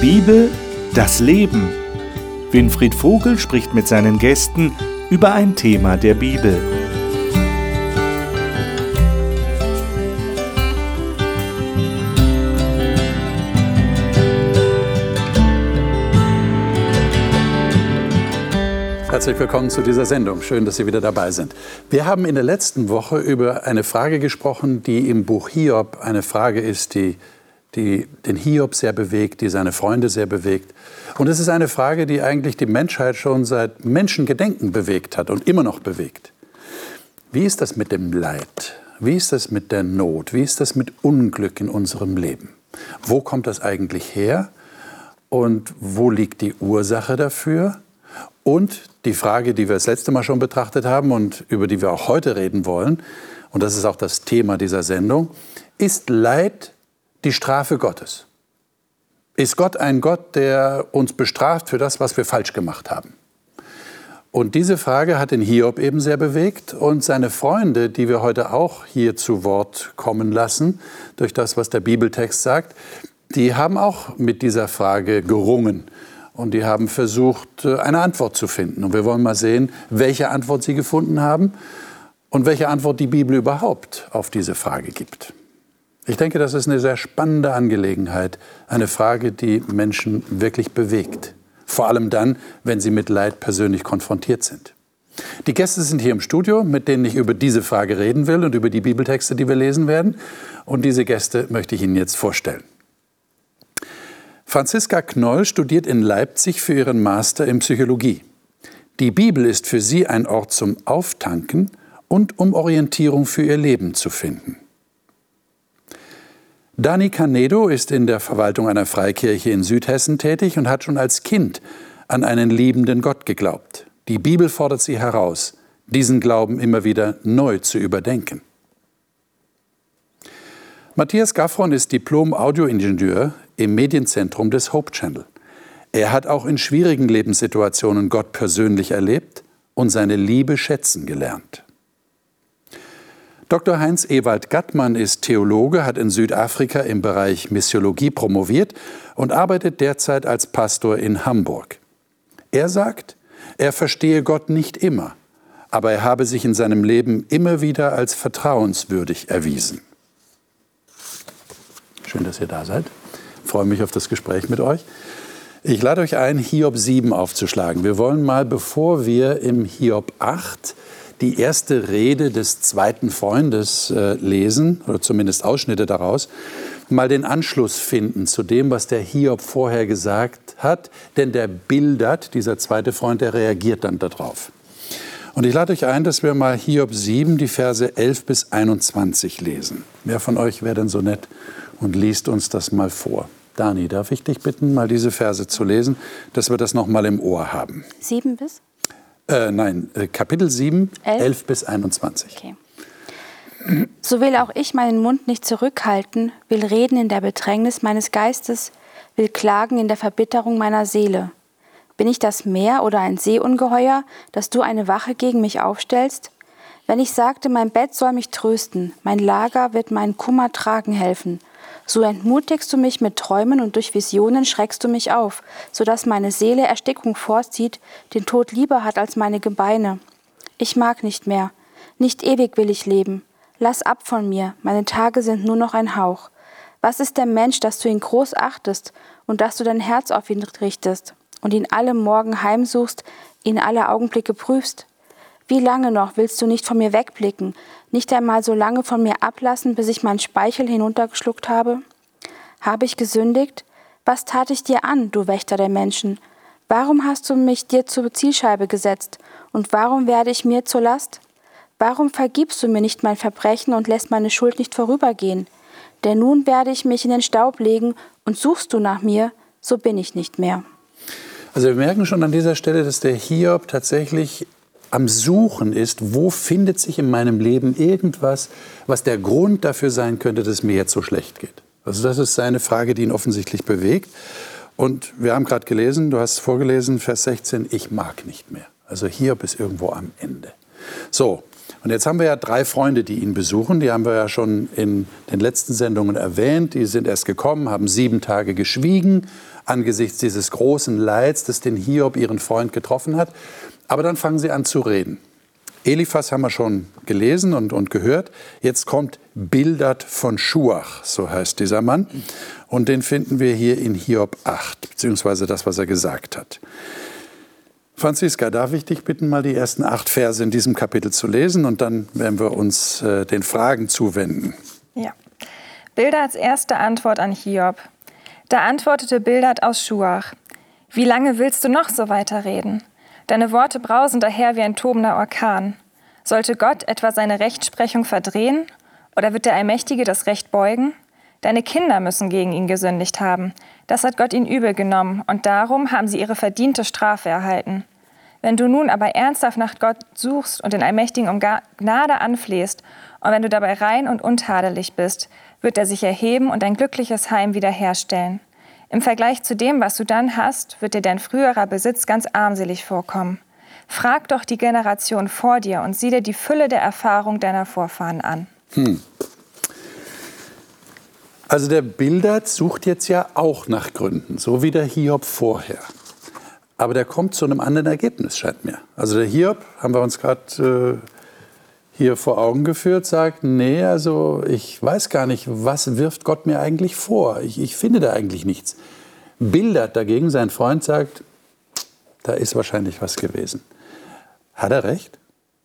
Bibel, das Leben. Winfried Vogel spricht mit seinen Gästen über ein Thema der Bibel. Herzlich willkommen zu dieser Sendung. Schön, dass Sie wieder dabei sind. Wir haben in der letzten Woche über eine Frage gesprochen, die im Buch Hiob eine Frage ist, die den Hiob sehr bewegt, die seine Freunde sehr bewegt. Und es ist eine Frage, die eigentlich die Menschheit schon seit Menschengedenken bewegt hat und immer noch bewegt. Wie ist das mit dem Leid? Wie ist das mit der Not? Wie ist das mit Unglück in unserem Leben? Wo kommt das eigentlich her? Und wo liegt die Ursache dafür? Und die Frage, die wir das letzte Mal schon betrachtet haben und über die wir auch heute reden wollen, und das ist auch das Thema dieser Sendung, ist Leid die Strafe Gottes? Ist Gott ein Gott, der uns bestraft für das, was wir falsch gemacht haben? Und diese Frage hat den Hiob eben sehr bewegt und seine Freunde, die wir heute auch hier zu Wort kommen lassen, durch das, was der Bibeltext sagt, die haben auch mit dieser Frage gerungen. Und die haben versucht, eine Antwort zu finden. Und wir wollen mal sehen, welche Antwort sie gefunden haben und welche Antwort die Bibel überhaupt auf diese Frage gibt. Ich denke, das ist eine sehr spannende Angelegenheit, eine Frage, die Menschen wirklich bewegt. Vor allem dann, wenn sie mit Leid persönlich konfrontiert sind. Die Gäste sind hier im Studio, mit denen ich über diese Frage reden will und über die Bibeltexte, die wir lesen werden. Und diese Gäste möchte ich Ihnen jetzt vorstellen. Franziska Knoll studiert in Leipzig für ihren Master in Psychologie. Die Bibel ist für sie ein Ort zum Auftanken und um Orientierung für ihr Leben zu finden. Dani Canedo ist in der Verwaltung einer Freikirche in Südhessen tätig und hat schon als Kind an einen liebenden Gott geglaubt. Die Bibel fordert sie heraus, diesen Glauben immer wieder neu zu überdenken. Matthias Gaffron ist Diplom-Audioingenieur im Medienzentrum des Hope Channel. Er hat auch in schwierigen Lebenssituationen Gott persönlich erlebt und seine Liebe schätzen gelernt. Dr. Heinz Ewald Gattmann ist Theologe, hat in Südafrika im Bereich Missiologie promoviert und arbeitet derzeit als Pastor in Hamburg. Er sagt, er verstehe Gott nicht immer, aber er habe sich in seinem Leben immer wieder als vertrauenswürdig erwiesen. Schön, dass ihr da seid. Ich freue mich auf das Gespräch mit euch. Ich lade euch ein, Hiob 7 aufzuschlagen. Wir wollen mal, bevor wir im Hiob 8 die erste Rede des zweiten Freundes lesen, oder zumindest Ausschnitte daraus, mal den Anschluss finden zu dem, was der Hiob vorher gesagt hat. Denn der Bildad, dieser zweite Freund, der reagiert dann darauf. Und ich lade euch ein, dass wir mal Hiob 7, die Verse 11 bis 21 lesen. Wer von euch wäre denn so nett und liest uns das mal vor? Dani, darf ich dich bitten, mal diese Verse zu lesen, dass wir das noch mal im Ohr haben? 7 bis? Kapitel 7, 11 bis 21. Okay. So will auch ich meinen Mund nicht zurückhalten, will reden in der Bedrängnis meines Geistes, will klagen in der Verbitterung meiner Seele. Bin ich das Meer oder ein Seeungeheuer, dass du eine Wache gegen mich aufstellst? Wenn ich sagte, mein Bett soll mich trösten, mein Lager wird meinen Kummer tragen helfen, so entmutigst du mich mit Träumen und durch Visionen schreckst du mich auf, sodass meine Seele Erstickung vorzieht, den Tod lieber hat als meine Gebeine. Ich mag nicht mehr, nicht ewig will ich leben. Lass ab von mir, meine Tage sind nur noch ein Hauch. Was ist der Mensch, dass du ihn groß achtest und dass du dein Herz auf ihn richtest und ihn alle Morgen heimsuchst, ihn alle Augenblicke prüfst? Wie lange noch willst du nicht von mir wegblicken, nicht einmal so lange von mir ablassen, bis ich meinen Speichel hinuntergeschluckt habe? Habe ich gesündigt? Was tat ich dir an, du Wächter der Menschen? Warum hast du mich dir zur Zielscheibe gesetzt? Und warum werde ich mir zur Last? Warum vergibst du mir nicht mein Verbrechen und lässt meine Schuld nicht vorübergehen? Denn nun werde ich mich in den Staub legen und suchst du nach mir, so bin ich nicht mehr. Also wir merken schon an dieser Stelle, dass der Hiob tatsächlich am Suchen ist, wo findet sich in meinem Leben irgendwas, was der Grund dafür sein könnte, dass es mir jetzt so schlecht geht. Also das ist seine Frage, die ihn offensichtlich bewegt. Und wir haben gerade gelesen, du hast vorgelesen, Vers 16, ich mag nicht mehr. Also Hiob ist irgendwo am Ende. So, Und jetzt haben wir ja 3 Freunde, die ihn besuchen. Die haben wir ja schon in den letzten Sendungen erwähnt. Die sind erst gekommen, haben 7 Tage geschwiegen angesichts dieses großen Leids, das den Hiob, ihren Freund, getroffen hat. Aber dann fangen sie an zu reden. Eliphas haben wir schon gelesen und gehört. Jetzt kommt Bildad von Schuach, so heißt dieser Mann. Und den finden wir hier in Hiob 8, beziehungsweise das, was er gesagt hat. Franziska, darf ich dich bitten, mal die ersten 8 Verse in diesem Kapitel zu lesen? Und dann werden wir uns den Fragen zuwenden. Ja. Bildads erste Antwort an Hiob. Da antwortete Bildad aus Schuach: Wie lange willst du noch so weiterreden? Deine Worte brausen daher wie ein tobender Orkan. Sollte Gott etwa seine Rechtsprechung verdrehen? Oder wird der Allmächtige das Recht beugen? Deine Kinder müssen gegen ihn gesündigt haben. Das hat Gott ihnen übel genommen, und darum haben sie ihre verdiente Strafe erhalten. Wenn du nun aber ernsthaft nach Gott suchst und den Allmächtigen um Gnade anflehst, und wenn du dabei rein und untadelig bist, wird er sich erheben und ein glückliches Heim wiederherstellen. Im Vergleich zu dem, was du dann hast, wird dir dein früherer Besitz ganz armselig vorkommen. Frag doch die Generation vor dir und sieh dir die Fülle der Erfahrung deiner Vorfahren an. Also der Bildad sucht jetzt ja auch nach Gründen, so wie der Hiob vorher. Aber der kommt zu einem anderen Ergebnis, scheint mir. Also der Hiob, haben wir uns gerade hier vor Augen geführt, sagt, nee, also ich weiß gar nicht, was wirft Gott mir eigentlich vor? Ich finde da eigentlich nichts. Bildad dagegen, sein Freund, sagt, da ist wahrscheinlich was gewesen. Hat er recht?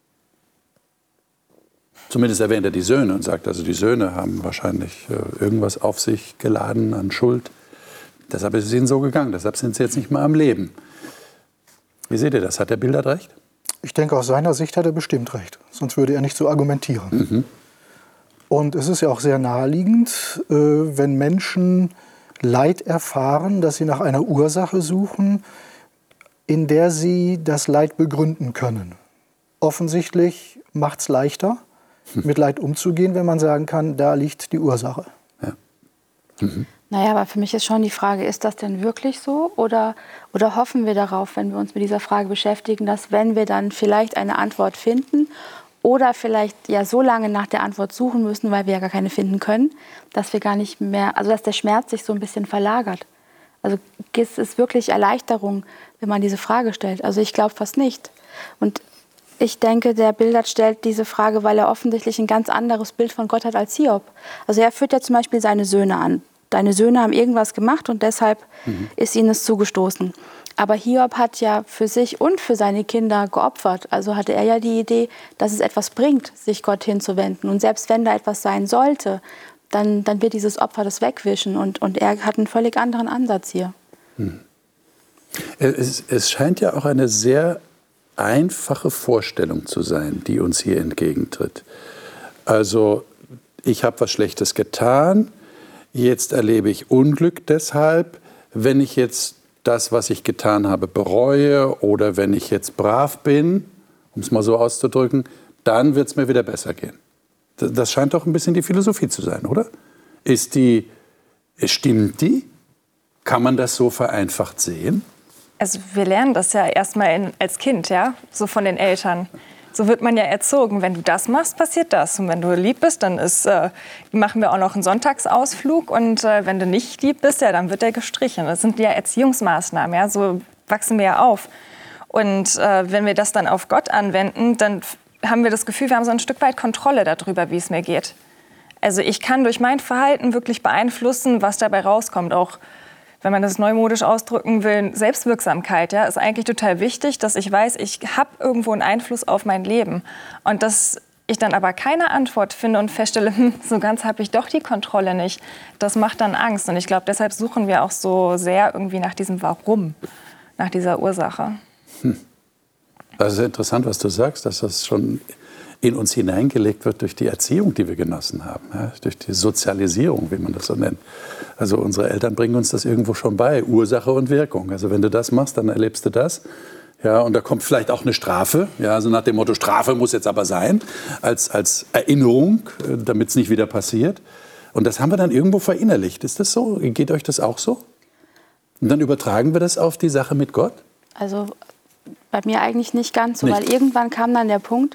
Zumindest erwähnt er die Söhne und sagt, also die Söhne haben wahrscheinlich irgendwas auf sich geladen an Schuld. Deshalb ist es ihnen so gegangen, deshalb sind sie jetzt nicht mehr am Leben. Wie seht ihr das? Hat der Bildad recht? Ich denke, aus seiner Sicht hat er bestimmt recht. Sonst würde er nicht so argumentieren. Und es ist ja auch sehr naheliegend, wenn Menschen Leid erfahren, dass sie nach einer Ursache suchen, in der sie das Leid begründen können. Offensichtlich macht es leichter, mit Leid umzugehen, wenn man sagen kann, da liegt die Ursache. Ja. Naja, aber für mich ist schon die Frage, ist das denn wirklich so? Oder hoffen wir darauf, wenn wir uns mit dieser Frage beschäftigen, dass wenn wir dann vielleicht eine Antwort finden oder vielleicht ja so lange nach der Antwort suchen müssen, weil wir ja gar keine finden können, dass wir gar nicht mehr, also dass der Schmerz sich so ein bisschen verlagert. Also ist es wirklich Erleichterung, wenn man diese Frage stellt? Also ich glaube fast nicht. Und ich denke, der Bildad stellt diese Frage, weil er offensichtlich ein ganz anderes Bild von Gott hat als Hiob. Also er führt ja zum Beispiel seine Söhne an. Deine Söhne haben irgendwas gemacht und deshalb ist ihnen es zugestoßen. Aber Hiob hat ja für sich und für seine Kinder geopfert. Also hatte er ja die Idee, dass es etwas bringt, sich Gott hinzuwenden. Und selbst wenn da etwas sein sollte, dann wird dieses Opfer das wegwischen. Und er hat einen völlig anderen Ansatz hier. Es scheint ja auch eine sehr einfache Vorstellung zu sein, die uns hier entgegentritt. Also, ich habe was Schlechtes getan, jetzt erlebe ich Unglück deshalb. Wenn ich jetzt das, was ich getan habe, bereue oder wenn ich jetzt brav bin, um es mal so auszudrücken, dann wird es mir wieder besser gehen. Das scheint doch ein bisschen die Philosophie zu sein, oder? Stimmt die? Kann man das so vereinfacht sehen? Also wir lernen das ja erstmal als Kind, ja, so von den Eltern. So wird man ja erzogen. Wenn du das machst, passiert das. Und wenn du lieb bist, dann machen wir auch noch einen Sonntagsausflug. Und wenn du nicht lieb bist, ja, dann wird der gestrichen. Das sind ja Erziehungsmaßnahmen, ja, so wachsen wir ja auf. Und wenn wir das dann auf Gott anwenden, dann haben wir das Gefühl, wir haben so ein Stück weit Kontrolle darüber, wie es mir geht. Also ich kann durch mein Verhalten wirklich beeinflussen, was dabei rauskommt. Auch wenn man das neumodisch ausdrücken will, Selbstwirksamkeit, ja, ist eigentlich total wichtig, dass ich weiß, ich habe irgendwo einen Einfluss auf mein Leben. Und dass ich dann aber keine Antwort finde und feststelle, so ganz habe ich doch die Kontrolle nicht, das macht dann Angst. Und ich glaube, deshalb suchen wir auch so sehr irgendwie nach diesem Warum, nach dieser Ursache. Das ist interessant, was du sagst, dass das schon in uns hineingelegt wird durch die Erziehung, die wir genossen haben, ja, durch die Sozialisierung, wie man das so nennt. Also unsere Eltern bringen uns das irgendwo schon bei, Ursache und Wirkung. Also wenn du das machst, dann erlebst du das. Ja, und da kommt vielleicht auch eine Strafe, ja, also nach dem Motto, Strafe muss jetzt aber sein, als Erinnerung, damit es nicht wieder passiert. Und das haben wir dann irgendwo verinnerlicht. Ist das so? Geht euch das auch so? Und dann übertragen wir das auf die Sache mit Gott? Also bei mir eigentlich nicht ganz so, weil irgendwann kam dann der Punkt,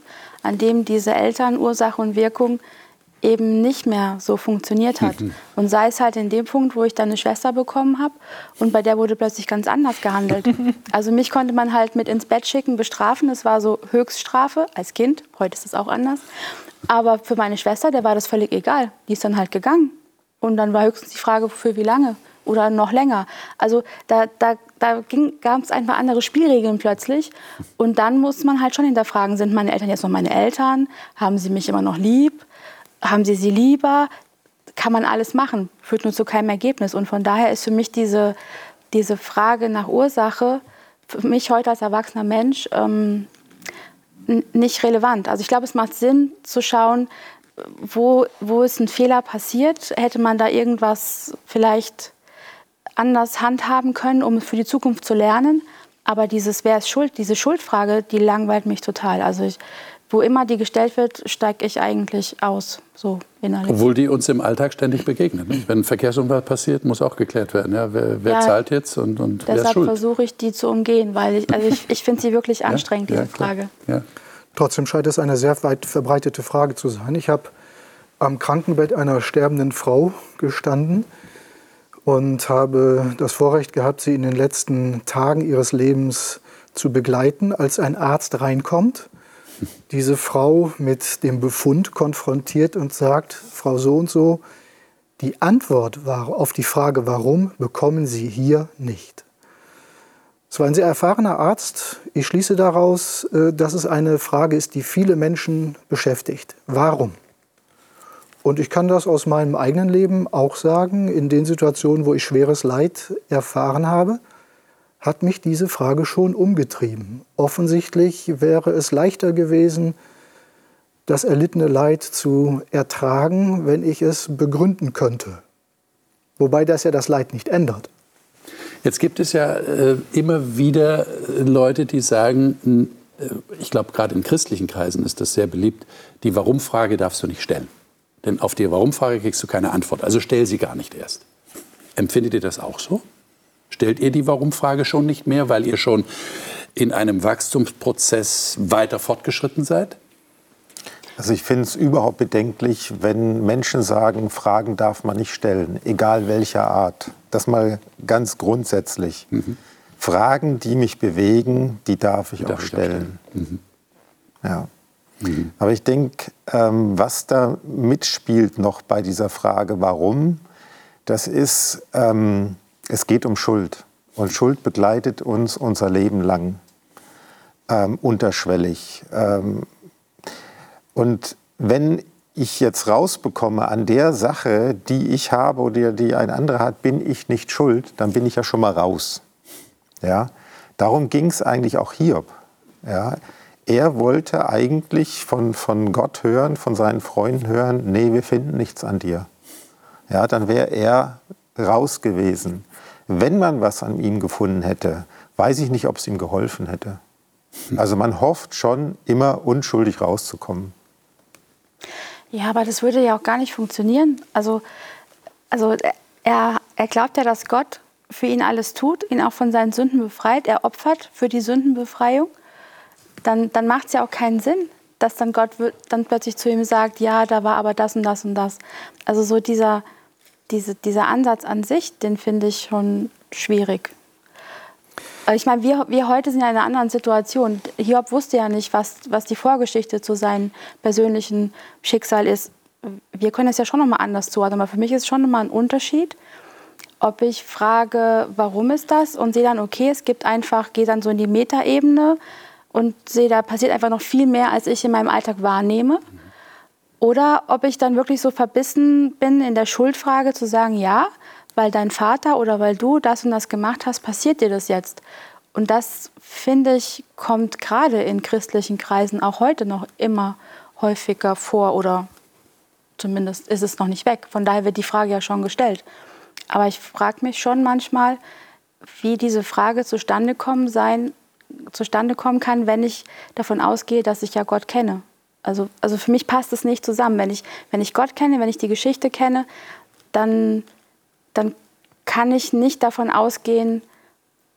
an dem diese Elternursache und Wirkung eben nicht mehr so funktioniert hat. Und sei es halt in dem Punkt, wo ich dann eine Schwester bekommen habe und bei der wurde plötzlich ganz anders gehandelt. Also mich konnte man halt mit ins Bett schicken, bestrafen. Das war so Höchststrafe als Kind. Heute ist es auch anders. Aber für meine Schwester, der war das völlig egal. Die ist dann halt gegangen. Und dann war höchstens die Frage, für wie lange oder noch länger. Also da gab es einfach andere Spielregeln plötzlich. Und dann muss man halt schon hinterfragen, sind meine Eltern jetzt noch meine Eltern? Haben sie mich immer noch lieb? Haben sie lieber? Kann man alles machen, führt nur zu keinem Ergebnis. Und von daher ist für mich diese Frage nach Ursache, für mich heute als erwachsener Mensch, nicht relevant. Also ich glaube, es macht Sinn zu schauen, wo ist ein Fehler passiert. Hätte man da irgendwas vielleicht anders handhaben können, um für die Zukunft zu lernen. Aber wer ist schuld, diese Schuldfrage, die langweilt mich total. Also wo immer die gestellt wird, steige ich eigentlich aus, so innerlich. Obwohl die uns im Alltag ständig begegnen. Nicht? Wenn ein Verkehrsunfall passiert, muss auch geklärt werden. Ja, wer zahlt jetzt und wer ist schuld? Deshalb versuche ich, die zu umgehen, weil ich finde sie wirklich anstrengend, diese Frage. Ja. Trotzdem scheint es eine sehr weit verbreitete Frage zu sein. Ich habe am Krankenbett einer sterbenden Frau gestanden und habe das Vorrecht gehabt, sie in den letzten Tagen ihres Lebens zu begleiten, als ein Arzt reinkommt, diese Frau mit dem Befund konfrontiert und sagt, Frau so und so, die Antwort war auf die Frage, warum, bekommen Sie hier nicht. Es war ein sehr erfahrener Arzt. Ich schließe daraus, dass es eine Frage ist, die viele Menschen beschäftigt. Warum? Und ich kann das aus meinem eigenen Leben auch sagen, in den Situationen, wo ich schweres Leid erfahren habe, hat mich diese Frage schon umgetrieben. Offensichtlich wäre es leichter gewesen, das erlittene Leid zu ertragen, wenn ich es begründen könnte. Wobei das ja das Leid nicht ändert. Jetzt gibt es ja immer wieder Leute, die sagen, ich glaube, gerade in christlichen Kreisen ist das sehr beliebt, die Warum-Frage darfst du nicht stellen. Denn auf die Warum-Frage kriegst du keine Antwort. Also stell sie gar nicht erst. Empfindet ihr das auch so? Stellt ihr die Warum-Frage schon nicht mehr, weil ihr schon in einem Wachstumsprozess weiter fortgeschritten seid? Also ich finde es überhaupt bedenklich, wenn Menschen sagen, Fragen darf man nicht stellen, egal welcher Art. Das mal ganz grundsätzlich. Fragen, die mich bewegen, die darf ich auch stellen. Ja. Aber ich denke, was da mitspielt noch bei dieser Frage, warum, das ist, es geht um Schuld. Und Schuld begleitet uns unser Leben lang, unterschwellig. Und wenn ich jetzt rausbekomme, an der Sache, die ich habe oder die ein anderer hat, bin ich nicht schuld, dann bin ich ja schon mal raus. Ja? Darum ging es eigentlich auch Hiob. Ja? Er wollte eigentlich von Gott hören, von seinen Freunden hören, nee, wir finden nichts an dir. Ja, dann wäre er raus gewesen. Wenn man was an ihm gefunden hätte, weiß ich nicht, ob es ihm geholfen hätte. Also man hofft schon, immer unschuldig rauszukommen. Ja, aber das würde ja auch gar nicht funktionieren. Also er glaubt ja, dass Gott für ihn alles tut, ihn auch von seinen Sünden befreit. Er opfert für die Sündenbefreiung. Dann macht es ja auch keinen Sinn, dass dann Gott dann plötzlich zu ihm sagt, ja, da war aber das und das und das. Also so dieser Ansatz an sich, den finde ich schon schwierig. Ich meine, wir heute sind ja in einer anderen Situation. Hiob wusste ja nicht, was die Vorgeschichte zu seinem persönlichen Schicksal ist. Wir können es ja schon nochmal anders zuordnen, aber für mich ist schon nochmal ein Unterschied, ob ich frage, warum ist das und sehe dann, okay, es gibt einfach, gehe dann so in die Metaebene und sehe, da passiert einfach noch viel mehr, als ich in meinem Alltag wahrnehme. Oder ob ich dann wirklich so verbissen bin in der Schuldfrage zu sagen, ja, weil dein Vater oder weil du das und das gemacht hast, passiert dir das jetzt. Und das, finde ich, kommt gerade in christlichen Kreisen auch heute noch immer häufiger vor oder zumindest ist es noch nicht weg. Von daher wird die Frage ja schon gestellt. Aber ich frage mich schon manchmal, wie diese Frage zustande kommen kann, wenn ich davon ausgehe, dass ich ja Gott kenne. Also für mich passt es nicht zusammen. Wenn ich Gott kenne, wenn ich die Geschichte kenne, dann kann ich nicht davon ausgehen,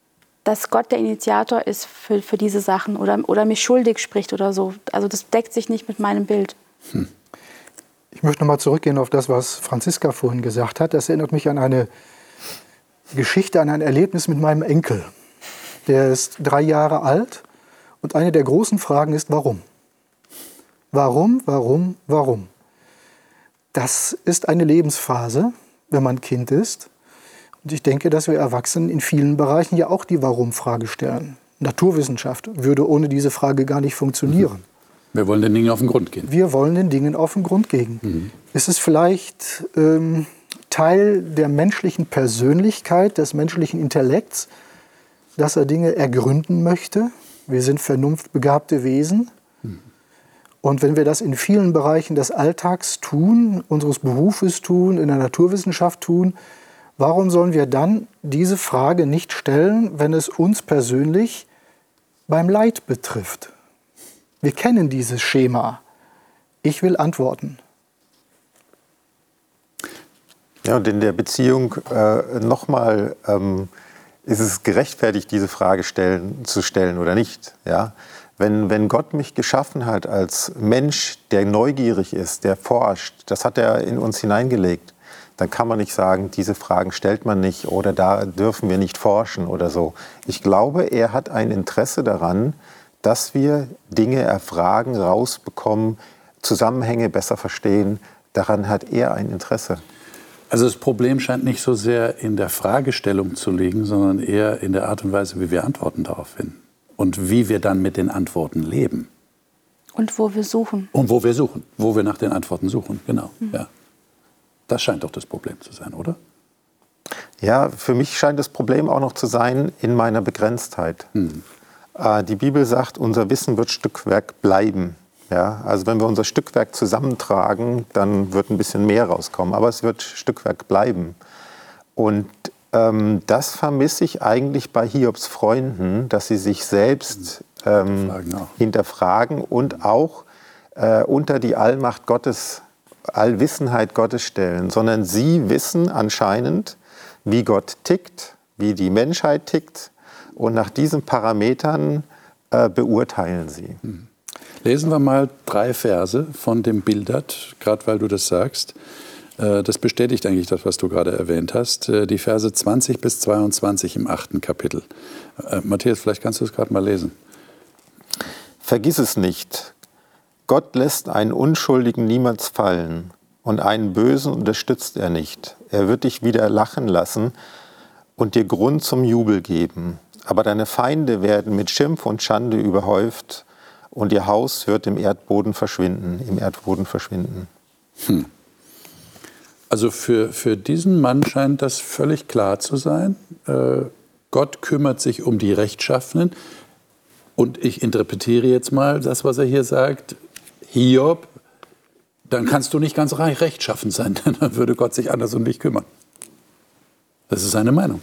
dass Gott der Initiator ist für diese Sachen oder mich schuldig spricht oder so. Also das deckt sich nicht mit meinem Bild. Ich möchte nochmal zurückgehen auf das, was Franziska vorhin gesagt hat. Das erinnert mich an eine Geschichte, an ein Erlebnis mit meinem Enkel. Der ist 3 Jahre alt und eine der großen Fragen ist, warum? Warum, warum, warum? Das ist eine Lebensphase, wenn man Kind ist. Und ich denke, dass wir Erwachsenen in vielen Bereichen ja auch die Warum-Frage stellen. Naturwissenschaft würde ohne diese Frage gar nicht funktionieren. Wir wollen den Dingen auf den Grund gehen. Wir wollen den Dingen auf den Grund gehen. Ist es vielleicht Teil der menschlichen Persönlichkeit, des menschlichen Intellekts, dass er Dinge ergründen möchte? Wir sind vernunftbegabte Wesen. Und wenn wir das in vielen Bereichen des Alltags tun, unseres Berufes tun, in der Naturwissenschaft tun, warum sollen wir dann diese Frage nicht stellen, wenn es uns persönlich beim Leid betrifft? Wir kennen dieses Schema. Ich will antworten. Ja, und in der Beziehung nochmal, ist es gerechtfertigt, diese Frage zu stellen oder nicht? Ja? Wenn Gott mich geschaffen hat als Mensch, der neugierig ist, der forscht, das hat er in uns hineingelegt, dann kann man nicht sagen, diese Fragen stellt man nicht oder da dürfen wir nicht forschen oder so. Ich glaube, er hat ein Interesse daran, dass wir Dinge erfragen, rausbekommen, Zusammenhänge besser verstehen. Daran hat er ein Interesse. Also das Problem scheint nicht so sehr in der Fragestellung zu liegen, sondern eher in der Art und Weise, wie wir Antworten darauf finden. Und wie wir dann mit den Antworten leben. Und wo wir suchen. Und wo wir suchen, wo wir nach den Antworten suchen, genau. Ja. Das scheint doch das Problem zu sein, oder? Ja, für mich scheint das Problem auch noch zu sein in meiner Begrenztheit. Die Bibel sagt, unser Wissen wird Stückwerk bleiben. Ja, also wenn wir unser Stückwerk zusammentragen, dann wird ein bisschen mehr rauskommen, aber es wird Stückwerk bleiben. Und das vermisse ich eigentlich bei Hiobs Freunden, dass sie sich selbst hinterfragen und auch unter die Allmacht Gottes, Allwissenheit Gottes stellen, sondern sie wissen anscheinend, wie Gott tickt, wie die Menschheit tickt und nach diesen Parametern beurteilen sie. Lesen wir mal 3 Verse von dem Bildert, gerade weil du das sagst. Das bestätigt eigentlich das, was du gerade erwähnt hast. Die Verse 20 bis 22 im 8. Kapitel. Matthias, vielleicht kannst du es gerade mal lesen. Vergiss es nicht. Gott lässt einen Unschuldigen niemals fallen und einen Bösen unterstützt er nicht. Er wird dich wieder lachen lassen und dir Grund zum Jubel geben. Aber deine Feinde werden mit Schimpf und Schande überhäuft und ihr Haus wird im Erdboden verschwinden. Also für diesen Mann scheint das völlig klar zu sein. Gott kümmert sich um die Rechtschaffenen. Und ich interpretiere jetzt mal das, was er hier sagt. Hiob, dann kannst du nicht ganz rechtschaffen sein, denn dann würde Gott sich anders um dich kümmern. Das ist seine Meinung.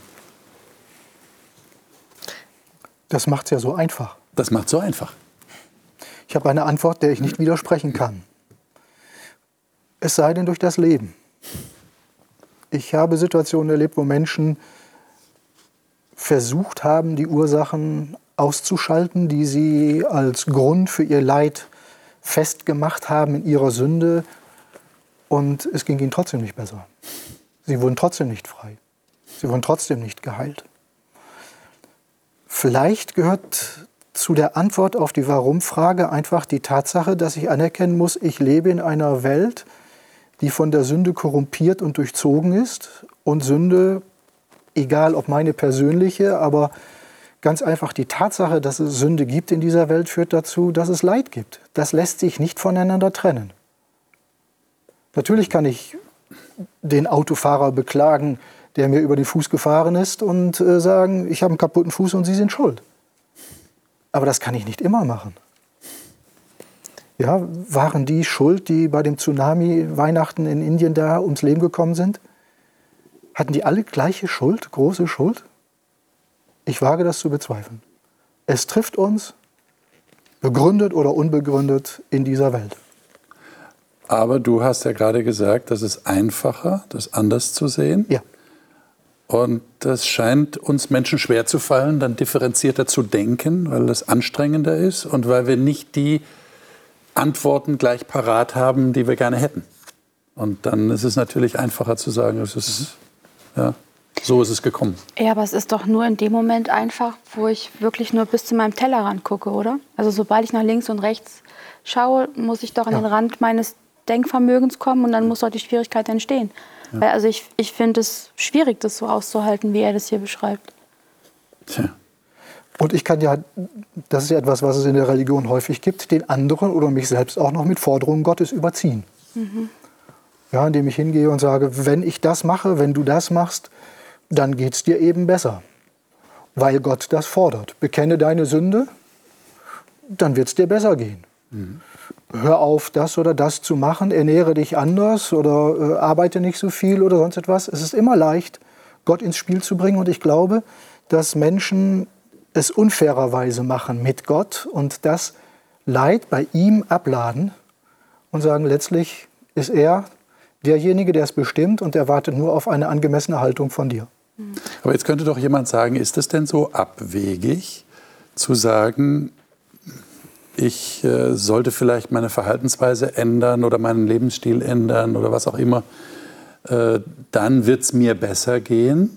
Das macht es ja so einfach. Das macht so einfach. Ich habe eine Antwort, der ich nicht widersprechen kann. Es sei denn durch das Leben. Ich habe Situationen erlebt, wo Menschen versucht haben, die Ursachen auszuschalten, die sie als Grund für ihr Leid festgemacht haben in ihrer Sünde. Und es ging ihnen trotzdem nicht besser. Sie wurden trotzdem nicht frei. Sie wurden trotzdem nicht geheilt. Vielleicht gehört zu der Antwort auf die Warum-Frage einfach die Tatsache, dass ich anerkennen muss, ich lebe in einer Welt, die von der Sünde korrumpiert und durchzogen ist. Und Sünde, egal ob meine persönliche, aber ganz einfach die Tatsache, dass es Sünde gibt in dieser Welt, führt dazu, dass es Leid gibt. Das lässt sich nicht voneinander trennen. Natürlich kann ich den Autofahrer beklagen, der mir über den Fuß gefahren ist und sagen, ich habe einen kaputten Fuß und Sie sind schuld. Aber das kann ich nicht immer machen. Ja, waren die schuld, die bei dem Tsunami Weihnachten in Indien da ums Leben gekommen sind? Hatten die alle gleiche Schuld, große Schuld? Ich wage das zu bezweifeln. Es trifft uns, begründet oder unbegründet, in dieser Welt. Aber du hast ja gerade gesagt, das ist einfacher, das anders zu sehen. Ja. Und das scheint uns Menschen schwer zu fallen, dann differenzierter zu denken, weil das anstrengender ist und weil wir nicht die Antworten gleich parat haben, die wir gerne hätten. Und dann ist es natürlich einfacher zu sagen, es ist, ja, so ist es gekommen. Ja, aber es ist doch nur in dem Moment einfach, wo ich wirklich nur bis zu meinem Tellerrand gucke, oder? Also sobald ich nach links und rechts schaue, muss ich doch an den Rand meines Denkvermögens kommen und dann muss doch die Schwierigkeit entstehen. Ja. Weil also ich finde es schwierig, das so auszuhalten, wie er das hier beschreibt. Tja. Und ich kann ja, das ist ja etwas, was es in der Religion häufig gibt, den anderen oder mich selbst auch noch mit Forderungen Gottes überziehen. Mhm. Ja, indem ich hingehe und sage, wenn ich das mache, wenn du das machst, dann geht es dir eben besser. Weil Gott das fordert. Bekenne deine Sünde, dann wird es dir besser gehen. Mhm. Hör auf, das oder das zu machen, ernähre dich anders oder arbeite nicht so viel oder sonst etwas. Es ist immer leicht, Gott ins Spiel zu bringen. Und ich glaube, dass Menschen es unfairerweise machen mit Gott und das Leid bei ihm abladen und sagen, letztlich ist er derjenige, der es bestimmt und er wartet nur auf eine angemessene Haltung von dir. Aber jetzt könnte doch jemand sagen, ist es denn so abwegig zu sagen, ich sollte vielleicht meine Verhaltensweise ändern oder meinen Lebensstil ändern oder was auch immer, dann wird es mir besser gehen?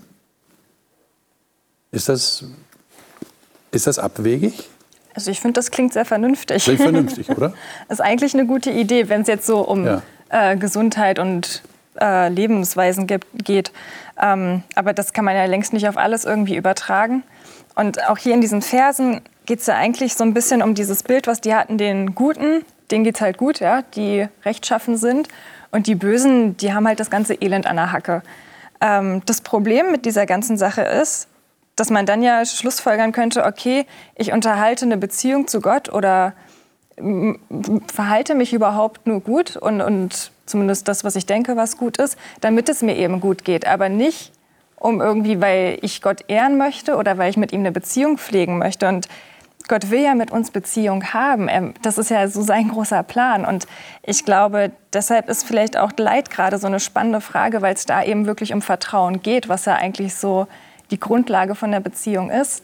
Ist das abwegig? Also ich finde, das klingt sehr vernünftig. Klingt vernünftig, oder? Das ist eigentlich eine gute Idee, wenn es jetzt so um Gesundheit und Lebensweisen geht. Aber das kann man ja längst nicht auf alles irgendwie übertragen. Und auch hier in diesen Versen geht es ja eigentlich so ein bisschen um dieses Bild, was die hatten, den Guten, denen geht es halt gut, ja, die rechtschaffen sind. Und die Bösen, die haben halt das ganze Elend an der Hacke. Das Problem mit dieser ganzen Sache ist, dass man dann ja schlussfolgern könnte, okay, ich unterhalte eine Beziehung zu Gott oder verhalte mich überhaupt nur gut und zumindest das, was ich denke, was gut ist, damit es mir eben gut geht. Aber nicht, um irgendwie, weil ich Gott ehren möchte oder weil ich mit ihm eine Beziehung pflegen möchte. Und Gott will ja mit uns Beziehung haben. Das ist ja so sein großer Plan. Und ich glaube, deshalb ist vielleicht auch Leid gerade so eine spannende Frage, weil es da eben wirklich um Vertrauen geht, was ja eigentlich so die Grundlage von der Beziehung ist.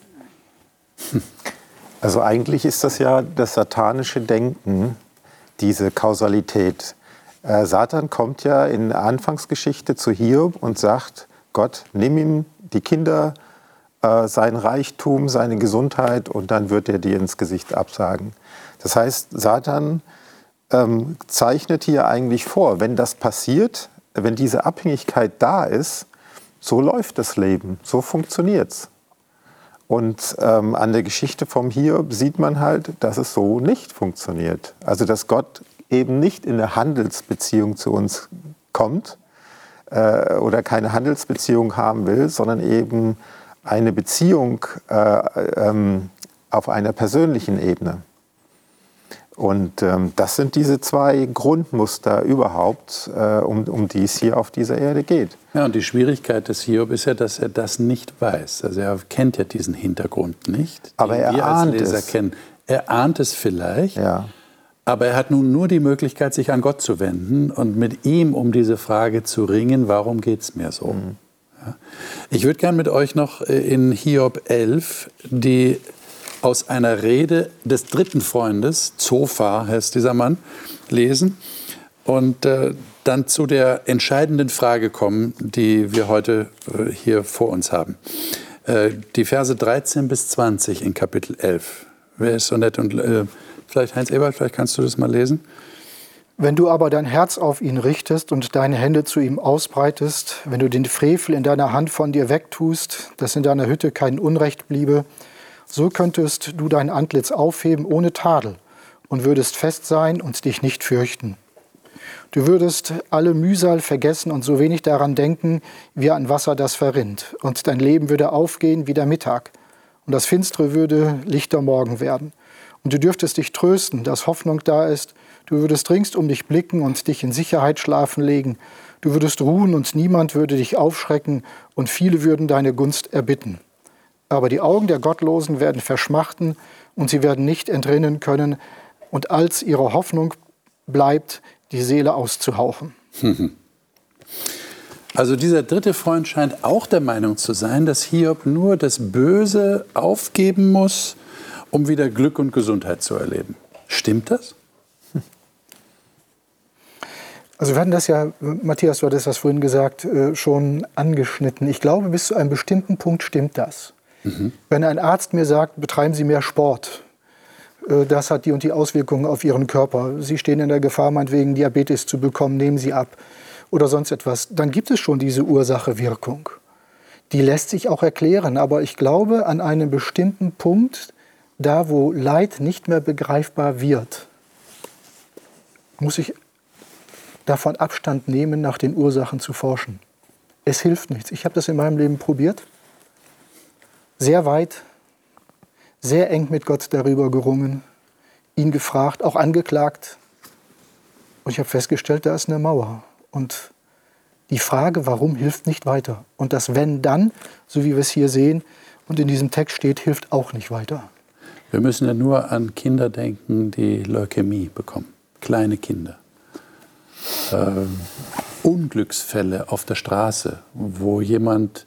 Also eigentlich ist das ja das satanische Denken, diese Kausalität. Satan kommt ja in der Anfangsgeschichte zu Hiob und sagt, Gott, nimm ihm die Kinder, sein Reichtum, seine Gesundheit und dann wird er dir ins Gesicht absagen. Das heißt, Satan zeichnet hier eigentlich vor, wenn das passiert, wenn diese Abhängigkeit da ist, so läuft das Leben, so funktioniert's. Und an der Geschichte vom Hiob sieht man halt, dass es so nicht funktioniert. Also dass Gott eben nicht in eine Handelsbeziehung zu uns kommt oder keine Handelsbeziehung haben will, sondern eben eine Beziehung auf einer persönlichen Ebene. Und das sind diese zwei Grundmuster überhaupt, um die es hier auf dieser Erde geht. Ja, und die Schwierigkeit des Hiob ist ja, dass er das nicht weiß. Also er kennt ja diesen Hintergrund nicht, den aber er wir als ahnt Leser es. kennen. Er ahnt es vielleicht, Ja. aber er hat nun nur die Möglichkeit, sich an Gott zu wenden und mit ihm um diese Frage zu ringen, warum geht es mir so? Mhm. Ja. Ich würde gerne mit euch noch in Hiob 11 die aus einer Rede des dritten Freundes, Zophar heißt dieser Mann, lesen und dann zu der entscheidenden Frage kommen, die wir heute hier vor uns haben. Die Verse 13 bis 20 in Kapitel 11. Wer ist so nett? Und vielleicht Heinz Ewald, vielleicht kannst du das mal lesen. Wenn du aber dein Herz auf ihn richtest und deine Hände zu ihm ausbreitest, wenn du den Frevel in deiner Hand von dir wegtust, dass in deiner Hütte kein Unrecht bliebe, so könntest du dein Antlitz aufheben ohne Tadel und würdest fest sein und dich nicht fürchten. Du würdest alle Mühsal vergessen und so wenig daran denken, wie an Wasser, das verrinnt. Und dein Leben würde aufgehen wie der Mittag. Und das Finstere würde lichter Morgen werden. Und du dürftest dich trösten, dass Hoffnung da ist. Du würdest rings um dich blicken und dich in Sicherheit schlafen legen. Du würdest ruhen und niemand würde dich aufschrecken und viele würden deine Gunst erbitten. Aber die Augen der Gottlosen werden verschmachten und sie werden nicht entrinnen können. Und als ihre Hoffnung bleibt, die Seele auszuhauchen. Also dieser dritte Freund scheint auch der Meinung zu sein, dass Hiob nur das Böse aufgeben muss, um wieder Glück und Gesundheit zu erleben. Stimmt das? Also wir hatten das ja, Matthias, du hattest das vorhin gesagt, schon angeschnitten. Ich glaube, bis zu einem bestimmten Punkt stimmt das. Wenn ein Arzt mir sagt, betreiben Sie mehr Sport, das hat die und die Auswirkungen auf Ihren Körper, Sie stehen in der Gefahr, meinetwegen Diabetes zu bekommen, nehmen Sie ab oder sonst etwas, dann gibt es schon diese Ursache-Wirkung. Die lässt sich auch erklären, aber ich glaube, an einem bestimmten Punkt, da wo Leid nicht mehr begreifbar wird, muss ich davon Abstand nehmen, nach den Ursachen zu forschen. Es hilft nichts. Ich habe das in meinem Leben probiert. Sehr weit, sehr eng mit Gott darüber gerungen, ihn gefragt, auch angeklagt. Und ich habe festgestellt, da ist eine Mauer. Und die Frage, warum, hilft nicht weiter. Und das Wenn dann, so wie wir es hier sehen und in diesem Text steht, hilft auch nicht weiter. Wir müssen ja nur an Kinder denken, die Leukämie bekommen. Kleine Kinder. Unglücksfälle auf der Straße, wo jemand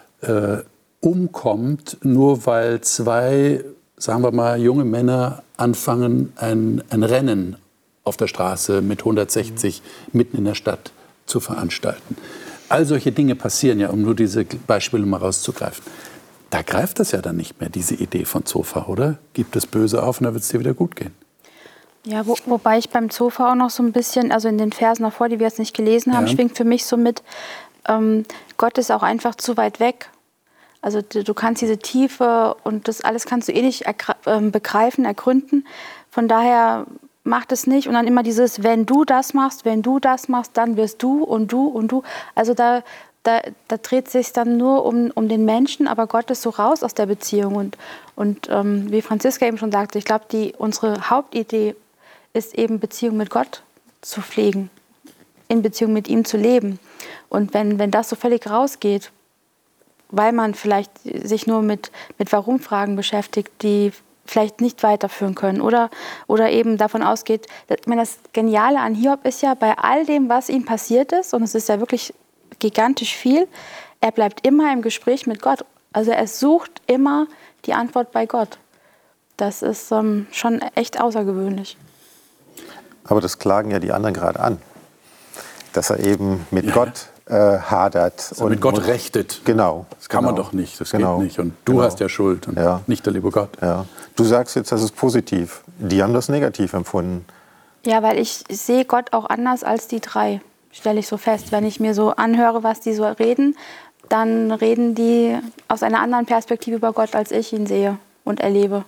umkommt, nur weil zwei, sagen wir mal, junge Männer anfangen, ein Rennen auf der Straße mit 160 mitten in der Stadt zu veranstalten. All solche Dinge passieren ja, um nur diese Beispiele mal rauszugreifen. Da greift das ja dann nicht mehr, diese Idee von Zophar, oder? Gibt das Böse auf und dann wird es dir wieder gut gehen. Ja, wobei ich beim Zophar auch noch so ein bisschen, also in den Versen davor, die wir jetzt nicht gelesen haben, schwingt für mich so mit, Gott ist auch einfach zu weit weg. Also du kannst diese Tiefe und das alles kannst du eh nicht begreifen, ergründen. Von daher macht es nicht. Und dann immer dieses, wenn du das machst, dann wirst du und du und du. Also da dreht es sich dann nur um den Menschen, aber Gott ist so raus aus der Beziehung. Und wie Franziska eben schon sagte, ich glaube, unsere Hauptidee ist eben Beziehung mit Gott zu pflegen, in Beziehung mit ihm zu leben. Und wenn das so völlig rausgeht, weil man vielleicht sich nur mit Warum-Fragen beschäftigt, die vielleicht nicht weiterführen können oder eben davon ausgeht, ich meine, das Geniale an Hiob ist ja, bei all dem, was ihm passiert ist, und es ist ja wirklich gigantisch viel, er bleibt immer im Gespräch mit Gott. Also er sucht immer die Antwort bei Gott. Das ist schon echt außergewöhnlich. Aber das klagen ja die anderen gerade an, dass er eben mit Gott hadert. Und mit Gott rechtet. Genau. Das kann man doch nicht, das geht nicht. Und du hast ja Schuld und nicht der liebe Gott. Ja. Du sagst jetzt, das ist positiv. Die haben das negativ empfunden. Ja, weil ich sehe Gott auch anders als die drei, stelle ich so fest. Wenn ich mir so anhöre, was die so reden, dann reden die aus einer anderen Perspektive über Gott, als ich ihn sehe und erlebe.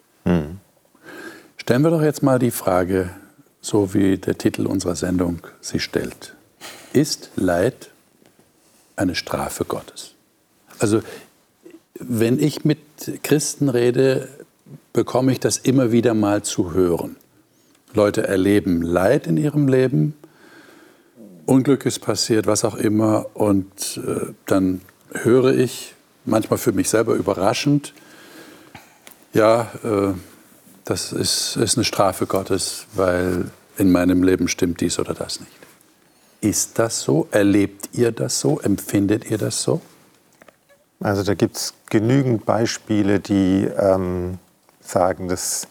Stellen wir doch jetzt mal die Frage, so wie der Titel unserer Sendung sie stellt. Ist Leid eine Strafe Gottes? Also wenn ich mit Christen rede, bekomme ich das immer wieder mal zu hören. Leute erleben Leid in ihrem Leben, Unglück ist passiert, was auch immer, und dann höre ich, manchmal für mich selber überraschend, das ist eine Strafe Gottes, weil in meinem Leben stimmt dies oder das nicht. Ist das so? Erlebt ihr das so? Empfindet ihr das so? Also da gibt es genügend Beispiele, die sagen, das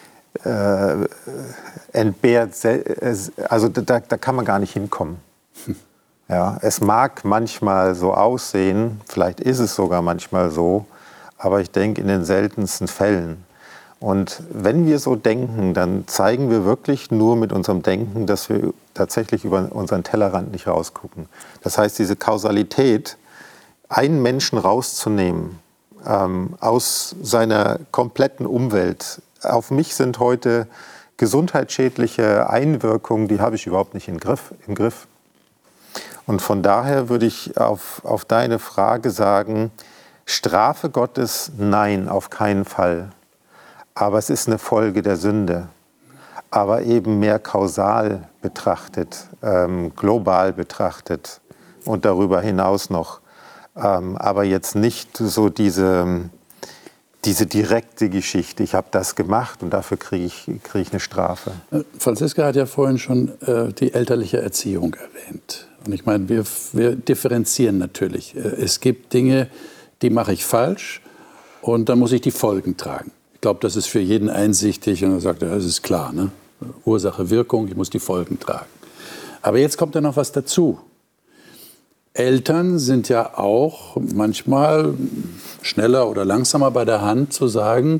entbehrt, also da kann man gar nicht hinkommen. Ja, es mag manchmal so aussehen, vielleicht ist es sogar manchmal so, aber ich denke in den seltensten Fällen. Und wenn wir so denken, dann zeigen wir wirklich nur mit unserem Denken, dass wir tatsächlich über unseren Tellerrand nicht rausgucken. Das heißt, diese Kausalität, einen Menschen rauszunehmen aus seiner kompletten Umwelt. Auf mich sind heute gesundheitsschädliche Einwirkungen, die habe ich überhaupt nicht im Griff. Und von daher würde ich auf deine Frage sagen, Strafe Gottes, nein, auf keinen Fall. Aber es ist eine Folge der Sünde. Aber eben mehr kausal betrachtet, global betrachtet und darüber hinaus noch. Aber jetzt nicht so diese direkte Geschichte, ich habe das gemacht und dafür kriege ich eine Strafe. Franziska hat ja vorhin schon die elterliche Erziehung erwähnt. Und ich meine, wir differenzieren natürlich. Es gibt Dinge, die mache ich falsch und dann muss ich die Folgen tragen. Ich glaube, das ist für jeden einsichtig und er sagt, ja, das ist klar, ne? Ursache, Wirkung, ich muss die Folgen tragen. Aber jetzt kommt ja noch was dazu. Eltern sind ja auch manchmal schneller oder langsamer bei der Hand zu sagen,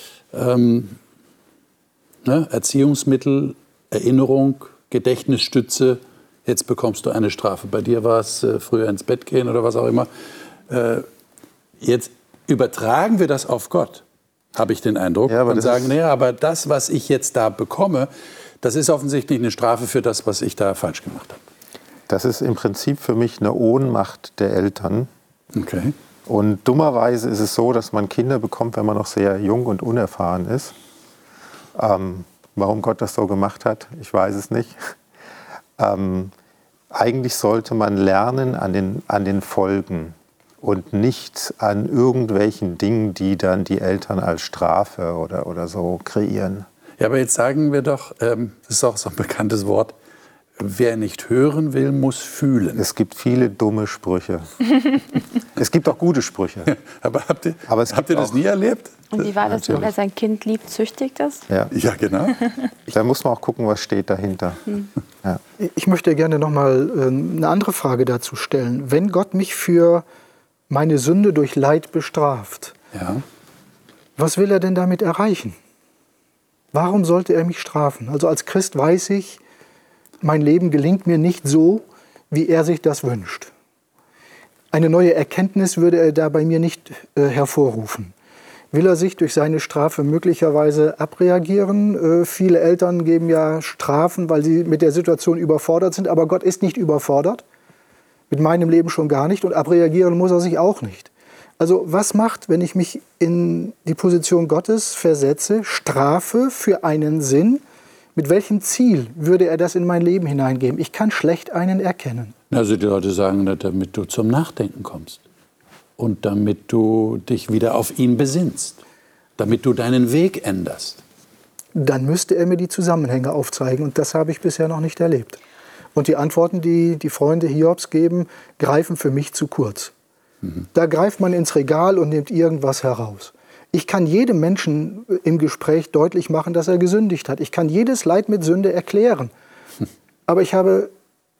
Erziehungsmittel, Erinnerung, Gedächtnisstütze, jetzt bekommst du eine Strafe. Bei dir war es früher ins Bett gehen oder was auch immer. Jetzt übertragen wir das auf Gott, habe ich den Eindruck, ja, und sagen, naja, aber das, was ich jetzt da bekomme, das ist offensichtlich eine Strafe für das, was ich da falsch gemacht habe. Das ist im Prinzip für mich eine Ohnmacht der Eltern. Okay. Und dummerweise ist es so, dass man Kinder bekommt, wenn man noch sehr jung und unerfahren ist. Warum Gott das so gemacht hat, ich weiß es nicht. Eigentlich sollte man lernen an den Folgen und nicht an irgendwelchen Dingen, die dann die Eltern als Strafe oder so kreieren. Ja, aber jetzt sagen wir doch, das ist auch so ein bekanntes Wort, wer nicht hören will, muss fühlen. Es gibt viele dumme Sprüche. Es gibt auch gute Sprüche. Ja, aber habt ihr das nie erlebt? Und wie war das, wenn er sein Kind liebt, züchtigt das? Ja, ja, genau. Da muss man auch gucken, was steht dahinter. Ja. Ich möchte gerne noch mal eine andere Frage dazu stellen. Wenn Gott mich für meine Sünde durch Leid bestraft, Ja. was will er denn damit erreichen? Warum sollte er mich strafen? Also als Christ weiß ich, mein Leben gelingt mir nicht so, wie er sich das wünscht. Eine neue Erkenntnis würde er da bei mir nicht hervorrufen. Will er sich durch seine Strafe möglicherweise abreagieren? Viele Eltern geben ja Strafen, weil sie mit der Situation überfordert sind. Aber Gott ist nicht überfordert, mit meinem Leben schon gar nicht. Und abreagieren muss er sich auch nicht. Also was macht, wenn ich mich in die Position Gottes versetze, Strafe für einen Sinn? Mit welchem Ziel würde er das in mein Leben hineingeben? Ich kann schlecht einen erkennen. Also die Leute sagen, damit du zum Nachdenken kommst und damit du dich wieder auf ihn besinnst, damit du deinen Weg änderst. Dann müsste er mir die Zusammenhänge aufzeigen und das habe ich bisher noch nicht erlebt. Und die Antworten, die die Freunde Hiobs geben, greifen für mich zu kurz. Da greift man ins Regal und nimmt irgendwas heraus. Ich kann jedem Menschen im Gespräch deutlich machen, dass er gesündigt hat. Ich kann jedes Leid mit Sünde erklären. Aber ich habe,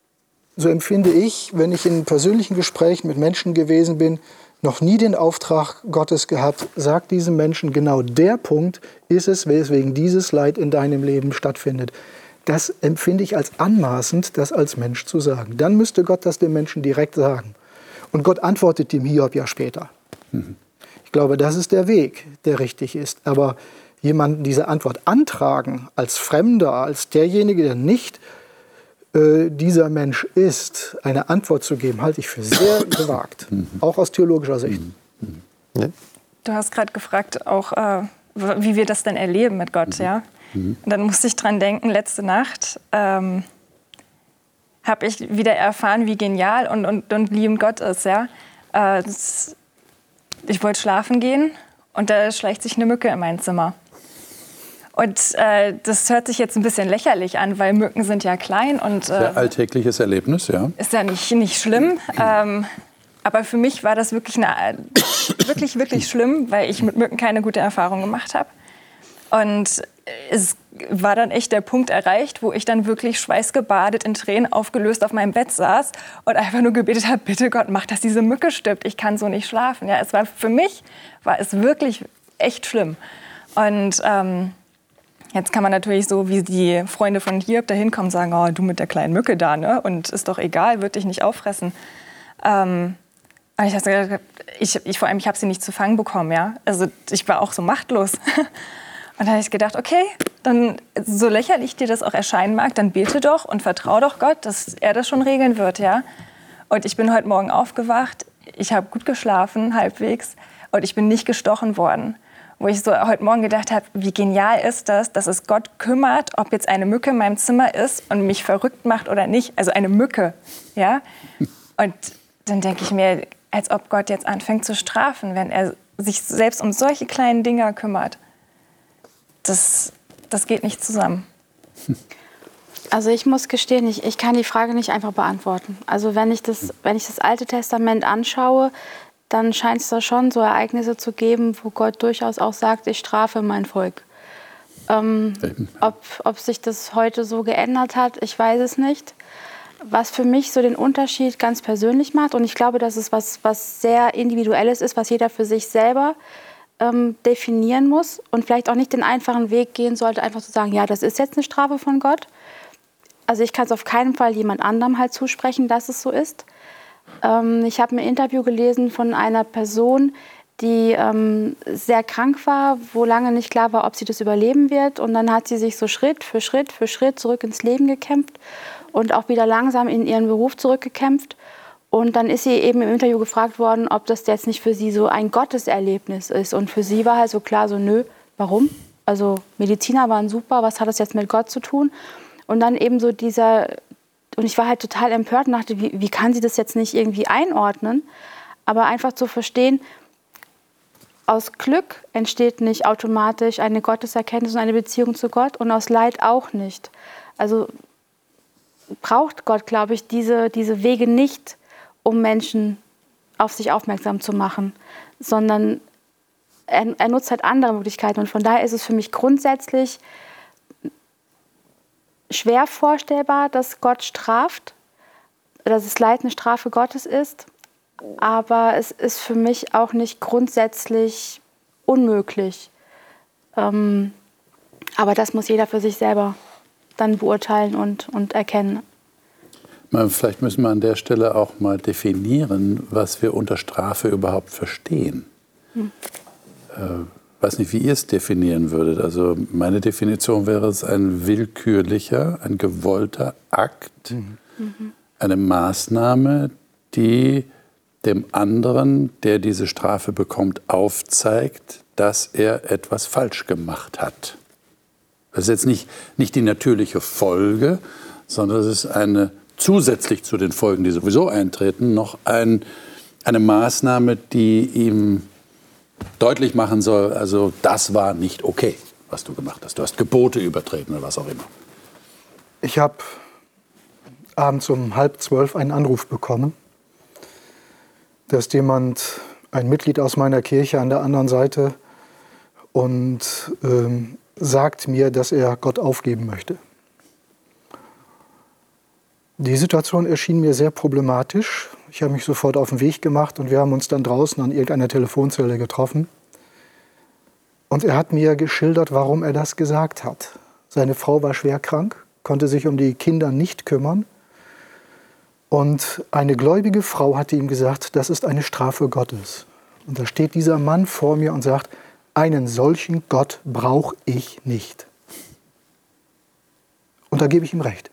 so empfinde ich, wenn ich in persönlichen Gesprächen mit Menschen gewesen bin, noch nie den Auftrag Gottes gehabt, sag diesem Menschen, genau der Punkt ist es, weswegen dieses Leid in deinem Leben stattfindet. Das empfinde ich als anmaßend, das als Mensch zu sagen. Dann müsste Gott das dem Menschen direkt sagen. Und Gott antwortet dem Hiob ja später. Ich glaube, das ist der Weg, der richtig ist. Aber jemanden diese Antwort antragen, als Fremder, als derjenige, der nicht dieser Mensch ist, eine Antwort zu geben, halte ich für sehr gewagt. Auch aus theologischer Sicht. Ja. Du hast gerade gefragt, auch wie wir das denn erleben mit Gott, ja? Und dann musste ich dran denken, letzte Nacht habe ich wieder erfahren, wie genial und liebend Gott ist, ja? Ich wollte schlafen gehen und da schleicht sich eine Mücke in mein Zimmer. Und das hört sich jetzt ein bisschen lächerlich an, weil Mücken sind ja klein. Und Sehr alltägliches Erlebnis, ja. Ist ja nicht schlimm. Aber für mich war das wirklich, wirklich schlimm, weil ich mit Mücken keine gute Erfahrung gemacht habe. Und es war dann echt der Punkt erreicht, wo ich dann wirklich schweißgebadet, in Tränen aufgelöst auf meinem Bett saß und einfach nur gebetet habe, bitte Gott, mach, dass diese Mücke stirbt. Ich kann so nicht schlafen. Ja, für mich war es wirklich echt schlimm. Und jetzt kann man natürlich so wie die Freunde von Hiob da hinkommen und sagen, oh, du mit der kleinen Mücke da, ne? Und ist doch egal, wird dich nicht auffressen. Aber ich habe ich habe sie nicht zu fangen bekommen, ja. Also ich war auch so machtlos. Und da habe ich gedacht, okay, dann so lächerlich dir das auch erscheinen mag, dann bete doch und vertraue doch Gott, dass er das schon regeln wird, ja. Und ich bin heute Morgen aufgewacht, ich habe gut geschlafen, halbwegs, und ich bin nicht gestochen worden. Wo ich so heute Morgen gedacht habe, wie genial ist das, dass es Gott kümmert, ob jetzt eine Mücke in meinem Zimmer ist und mich verrückt macht oder nicht. Also eine Mücke, ja. Und dann denke ich mir, als ob Gott jetzt anfängt zu strafen, wenn er sich selbst um solche kleinen Dinge kümmert. Das geht nicht zusammen. Also ich muss gestehen, ich kann die Frage nicht einfach beantworten. Also wenn ich das Alte Testament anschaue, dann scheint es da schon so Ereignisse zu geben, wo Gott durchaus auch sagt, ich strafe mein Volk. Ob sich das heute so geändert hat, ich weiß es nicht. Was für mich so den Unterschied ganz persönlich macht, und ich glaube, dass es was sehr Individuelles ist, was jeder für sich selber definieren muss und vielleicht auch nicht den einfachen Weg gehen sollte, einfach zu sagen, ja, das ist jetzt eine Strafe von Gott. Also ich kann es auf keinen Fall jemand anderem halt zusprechen, dass es so ist. Ich habe ein Interview gelesen von einer Person, die sehr krank war, wo lange nicht klar war, ob sie das überleben wird. Und dann hat sie sich so Schritt für Schritt für Schritt zurück ins Leben gekämpft und auch wieder langsam in ihren Beruf zurückgekämpft. Und dann ist sie eben im Interview gefragt worden, ob das jetzt nicht für sie so ein Gotteserlebnis ist. Und für sie war halt so klar, so nö, warum? Also Mediziner waren super, was hat das jetzt mit Gott zu tun? Und dann eben so und ich war halt total empört und dachte, wie kann sie das jetzt nicht irgendwie einordnen? Aber einfach zu verstehen, aus Glück entsteht nicht automatisch eine Gotteserkenntnis und eine Beziehung zu Gott und aus Leid auch nicht. Also braucht Gott, glaube ich, diese Wege nicht, um Menschen auf sich aufmerksam zu machen, sondern er nutzt halt andere Möglichkeiten. Und von daher ist es für mich grundsätzlich schwer vorstellbar, dass Gott straft, dass das Leid eine Strafe Gottes ist. Aber es ist für mich auch nicht grundsätzlich unmöglich. Aber das muss jeder für sich selber dann beurteilen und erkennen. Vielleicht müssen wir an der Stelle auch mal definieren, was wir unter Strafe überhaupt verstehen. Ich weiß nicht, wie ihr es definieren würdet. Also meine Definition wäre es ein willkürlicher, ein gewollter Akt, eine Maßnahme, die dem anderen, der diese Strafe bekommt, aufzeigt, dass er etwas falsch gemacht hat. Das ist jetzt nicht die natürliche Folge, sondern es ist eine zusätzlich zu den Folgen, die sowieso eintreten, noch eine Maßnahme, die ihm deutlich machen soll, also das war nicht okay, was du gemacht hast. Du hast Gebote übertreten oder was auch immer. Ich habe abends um 11:30 einen Anruf bekommen, dass jemand, ein Mitglied aus meiner Kirche an der anderen Seite, und sagt mir, dass er Gott aufgeben möchte. Die Situation erschien mir sehr problematisch. Ich habe mich sofort auf den Weg gemacht und wir haben uns dann draußen an irgendeiner Telefonzelle getroffen. Und er hat mir geschildert, warum er das gesagt hat. Seine Frau war schwer krank, konnte sich um die Kinder nicht kümmern. Und eine gläubige Frau hatte ihm gesagt, das ist eine Strafe Gottes. Und da steht dieser Mann vor mir und sagt, einen solchen Gott brauche ich nicht. Und da gebe ich ihm recht.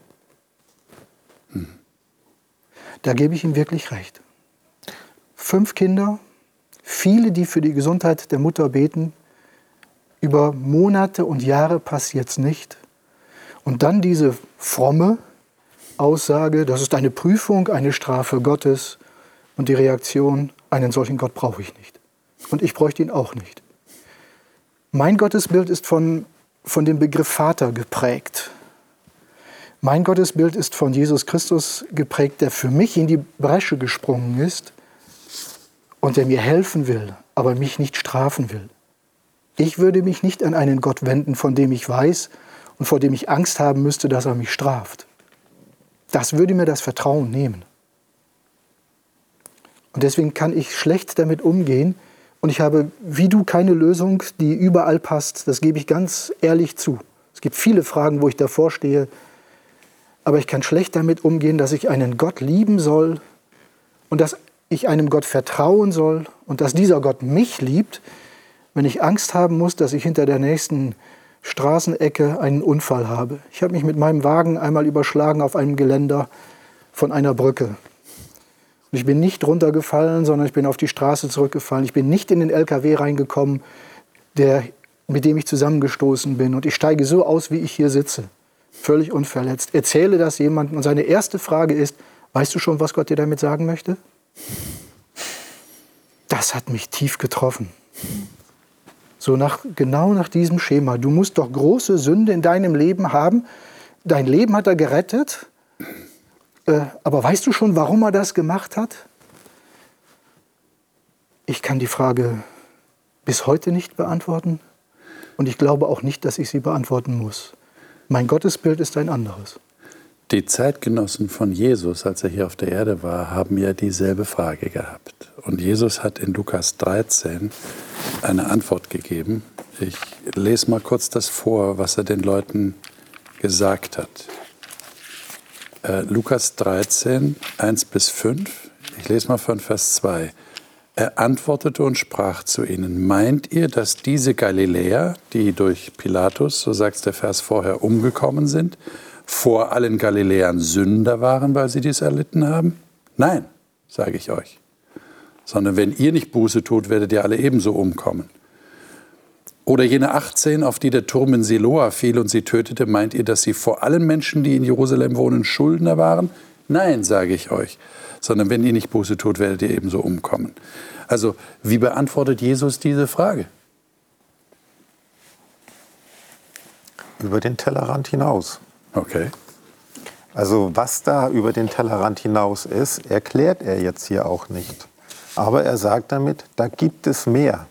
Da gebe ich ihm wirklich recht. 5 Kinder, viele, die für die Gesundheit der Mutter beten. Über Monate und Jahre passiert es nicht. Und dann diese fromme Aussage, das ist eine Prüfung, eine Strafe Gottes. Und die Reaktion, einen solchen Gott brauche ich nicht. Und ich bräuchte ihn auch nicht. Mein Gottesbild ist von dem Begriff Vater geprägt. Mein Gottesbild ist von Jesus Christus geprägt, der für mich in die Bresche gesprungen ist und der mir helfen will, aber mich nicht strafen will. Ich würde mich nicht an einen Gott wenden, von dem ich weiß und vor dem ich Angst haben müsste, dass er mich straft. Das würde mir das Vertrauen nehmen. Und deswegen kann ich schlecht damit umgehen. Und ich habe, wie du, keine Lösung, die überall passt. Das gebe ich ganz ehrlich zu. Es gibt viele Fragen, wo ich davor stehe. Aber ich kann schlecht damit umgehen, dass ich einen Gott lieben soll und dass ich einem Gott vertrauen soll und dass dieser Gott mich liebt, wenn ich Angst haben muss, dass ich hinter der nächsten Straßenecke einen Unfall habe. Ich habe mich mit meinem Wagen einmal überschlagen auf einem Geländer von einer Brücke. Und ich bin nicht runtergefallen, sondern ich bin auf die Straße zurückgefallen. Ich bin nicht in den LKW reingekommen, mit dem ich zusammengestoßen bin. Und ich steige so aus, wie ich hier sitze. Völlig unverletzt. Erzähle das jemandem und seine erste Frage ist, weißt du schon, was Gott dir damit sagen möchte? Das hat mich tief getroffen. So genau nach diesem Schema. Du musst doch große Sünde in deinem Leben haben, dein Leben hat er gerettet, aber weißt du schon, warum er das gemacht hat? Ich kann die Frage bis heute nicht beantworten und ich glaube auch nicht, dass ich sie beantworten muss. Mein Gottesbild ist ein anderes. Die Zeitgenossen von Jesus, als er hier auf der Erde war, haben ja dieselbe Frage gehabt. Und Jesus hat in Lukas 13 eine Antwort gegeben. Ich lese mal kurz das vor, was er den Leuten gesagt hat. Lukas 13, 1-5. Ich lese mal von Vers 2. Er antwortete und sprach zu ihnen: Meint ihr, dass diese Galiläer, die durch Pilatus, so sagt es der Vers vorher, umgekommen sind, vor allen Galiläern Sünder waren, weil sie dies erlitten haben? Nein, sage ich euch. Sondern wenn ihr nicht Buße tut, werdet ihr alle ebenso umkommen. Oder jene 18, auf die der Turm in Siloa fiel und sie tötete, meint ihr, dass sie vor allen Menschen, die in Jerusalem wohnen, Schuldner waren? Nein, sage ich euch. Sondern wenn ihr nicht Buße tut, werdet ihr ebenso umkommen. Also, wie beantwortet Jesus diese Frage? Über den Tellerrand hinaus. Okay. Also was da über den Tellerrand hinaus ist, erklärt er jetzt hier auch nicht. Aber er sagt damit, da gibt es mehr.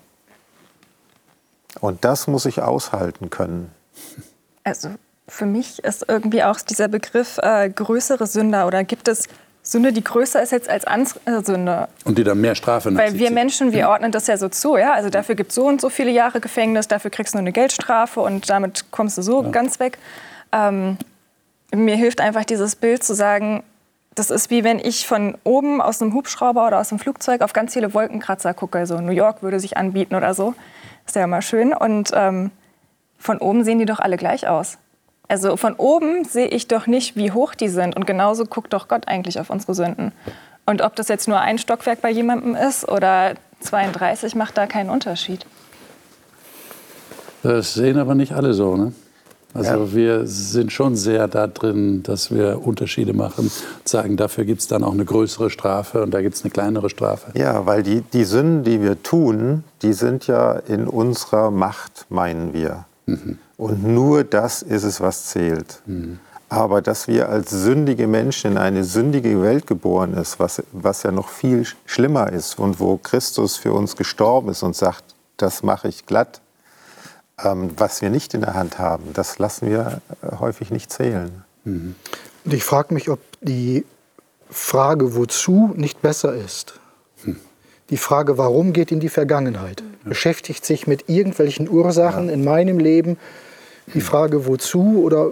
Und das muss ich aushalten können. Also für mich ist irgendwie auch dieser Begriff größere Sünder, oder gibt es Sünde, die größer ist jetzt als andere Sünde? Und die dann mehr Strafe nach Weil sich wir zieht. Menschen, wir ordnen das ja so zu. Ja? Also dafür gibt es so und so viele Jahre Gefängnis, dafür kriegst du nur eine Geldstrafe und damit kommst du so ganz weg. Mir hilft einfach dieses Bild zu sagen, das ist wie wenn ich von oben aus einem Hubschrauber oder aus einem Flugzeug auf ganz viele Wolkenkratzer gucke. Also New York würde sich anbieten oder so. Ist ja immer schön. Und von oben sehen die doch alle gleich aus. Also von oben sehe ich doch nicht, wie hoch die sind. Und genauso guckt doch Gott eigentlich auf unsere Sünden. Und ob das jetzt nur ein Stockwerk bei jemandem ist oder 32, macht da keinen Unterschied. Das sehen aber nicht alle so, ne? Also Ja. wir sind schon sehr da drin, dass wir Unterschiede machen, sagen, dafür gibt es dann auch eine größere Strafe und da gibt es eine kleinere Strafe. Ja, weil die Sünden, die wir tun, die sind ja in unserer Macht, meinen wir. Und nur das ist es, was zählt. Aber dass wir als sündige Menschen in eine sündige Welt geboren ist, was ja noch viel schlimmer ist und wo Christus für uns gestorben ist und sagt, das mache ich glatt, was wir nicht in der Hand haben, das lassen wir häufig nicht zählen. Und ich frage mich, ob die Frage, wozu, nicht besser ist. Die Frage, warum, geht in die Vergangenheit. Beschäftigt sich mit irgendwelchen Ursachen in meinem Leben. Die Frage, wozu oder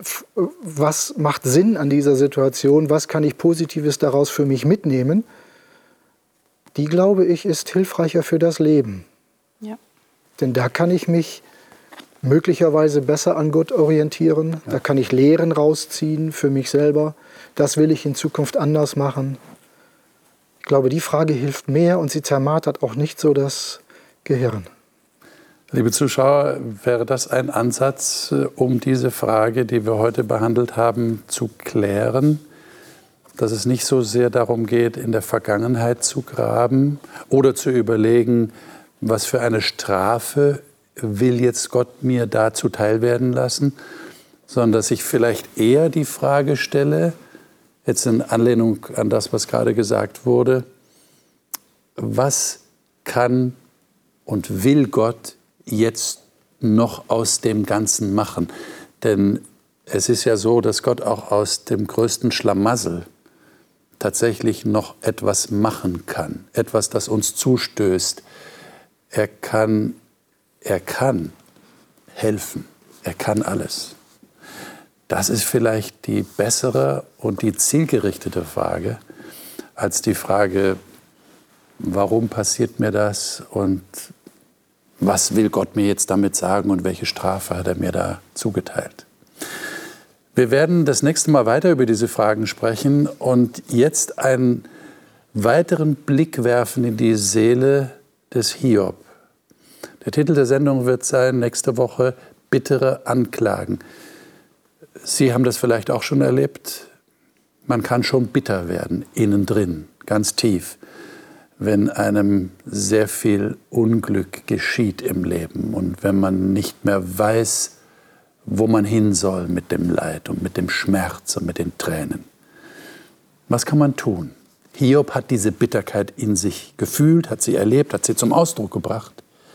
was macht Sinn an dieser Situation, was kann ich Positives daraus für mich mitnehmen, die, glaube ich, ist hilfreicher für das Leben. Ja. Denn da kann ich mich möglicherweise besser an Gott orientieren. Da kann ich Lehren rausziehen für mich selber. Das will ich in Zukunft anders machen. Ich glaube, die Frage hilft mehr und sie zermartert auch nicht so das Gehirn. Liebe Zuschauer, wäre das ein Ansatz, um diese Frage, die wir heute behandelt haben, zu klären? Dass es nicht so sehr darum geht, in der Vergangenheit zu graben oder zu überlegen, was für eine Strafe will jetzt Gott mir da zuteil werden lassen, sondern dass ich vielleicht eher die Frage stelle, jetzt in Anlehnung an das, was gerade gesagt wurde, was kann und will Gott jetzt noch aus dem Ganzen machen? Denn es ist ja so, dass Gott auch aus dem größten Schlamassel tatsächlich noch etwas machen kann, etwas, das uns zustößt. Er kann helfen, er kann alles. Das ist vielleicht die bessere und die zielgerichtete Frage als die Frage, warum passiert mir das und was will Gott mir jetzt damit sagen und welche Strafe hat er mir da zugeteilt. Wir werden das nächste Mal weiter über diese Fragen sprechen und jetzt einen weiteren Blick werfen in die Seele des Hiob. Der Titel der Sendung wird sein, nächste Woche, bittere Anklagen. Sie haben das vielleicht auch schon erlebt. Man kann schon bitter werden, innen drin, ganz tief, wenn einem sehr viel Unglück geschieht im Leben und wenn man nicht mehr weiß, wo man hin soll mit dem Leid und mit dem Schmerz und mit den Tränen. Was kann man tun? Hiob hat diese Bitterkeit in sich gefühlt, hat sie erlebt, hat sie zum Ausdruck gebracht.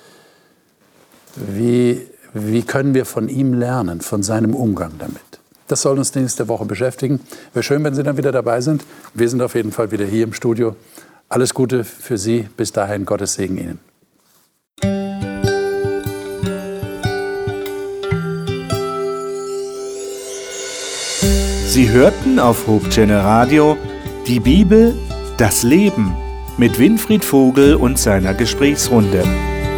Wie können wir von ihm lernen, von seinem Umgang damit? Das soll uns nächste Woche beschäftigen. Wäre schön, wenn Sie dann wieder dabei sind. Wir sind auf jeden Fall wieder hier im Studio. Alles Gute für Sie. Bis dahin, Gottes Segen Ihnen. Sie hörten auf Hope Channel Radio die Bibel, das Leben mit Winfried Vogel und seiner Gesprächsrunde.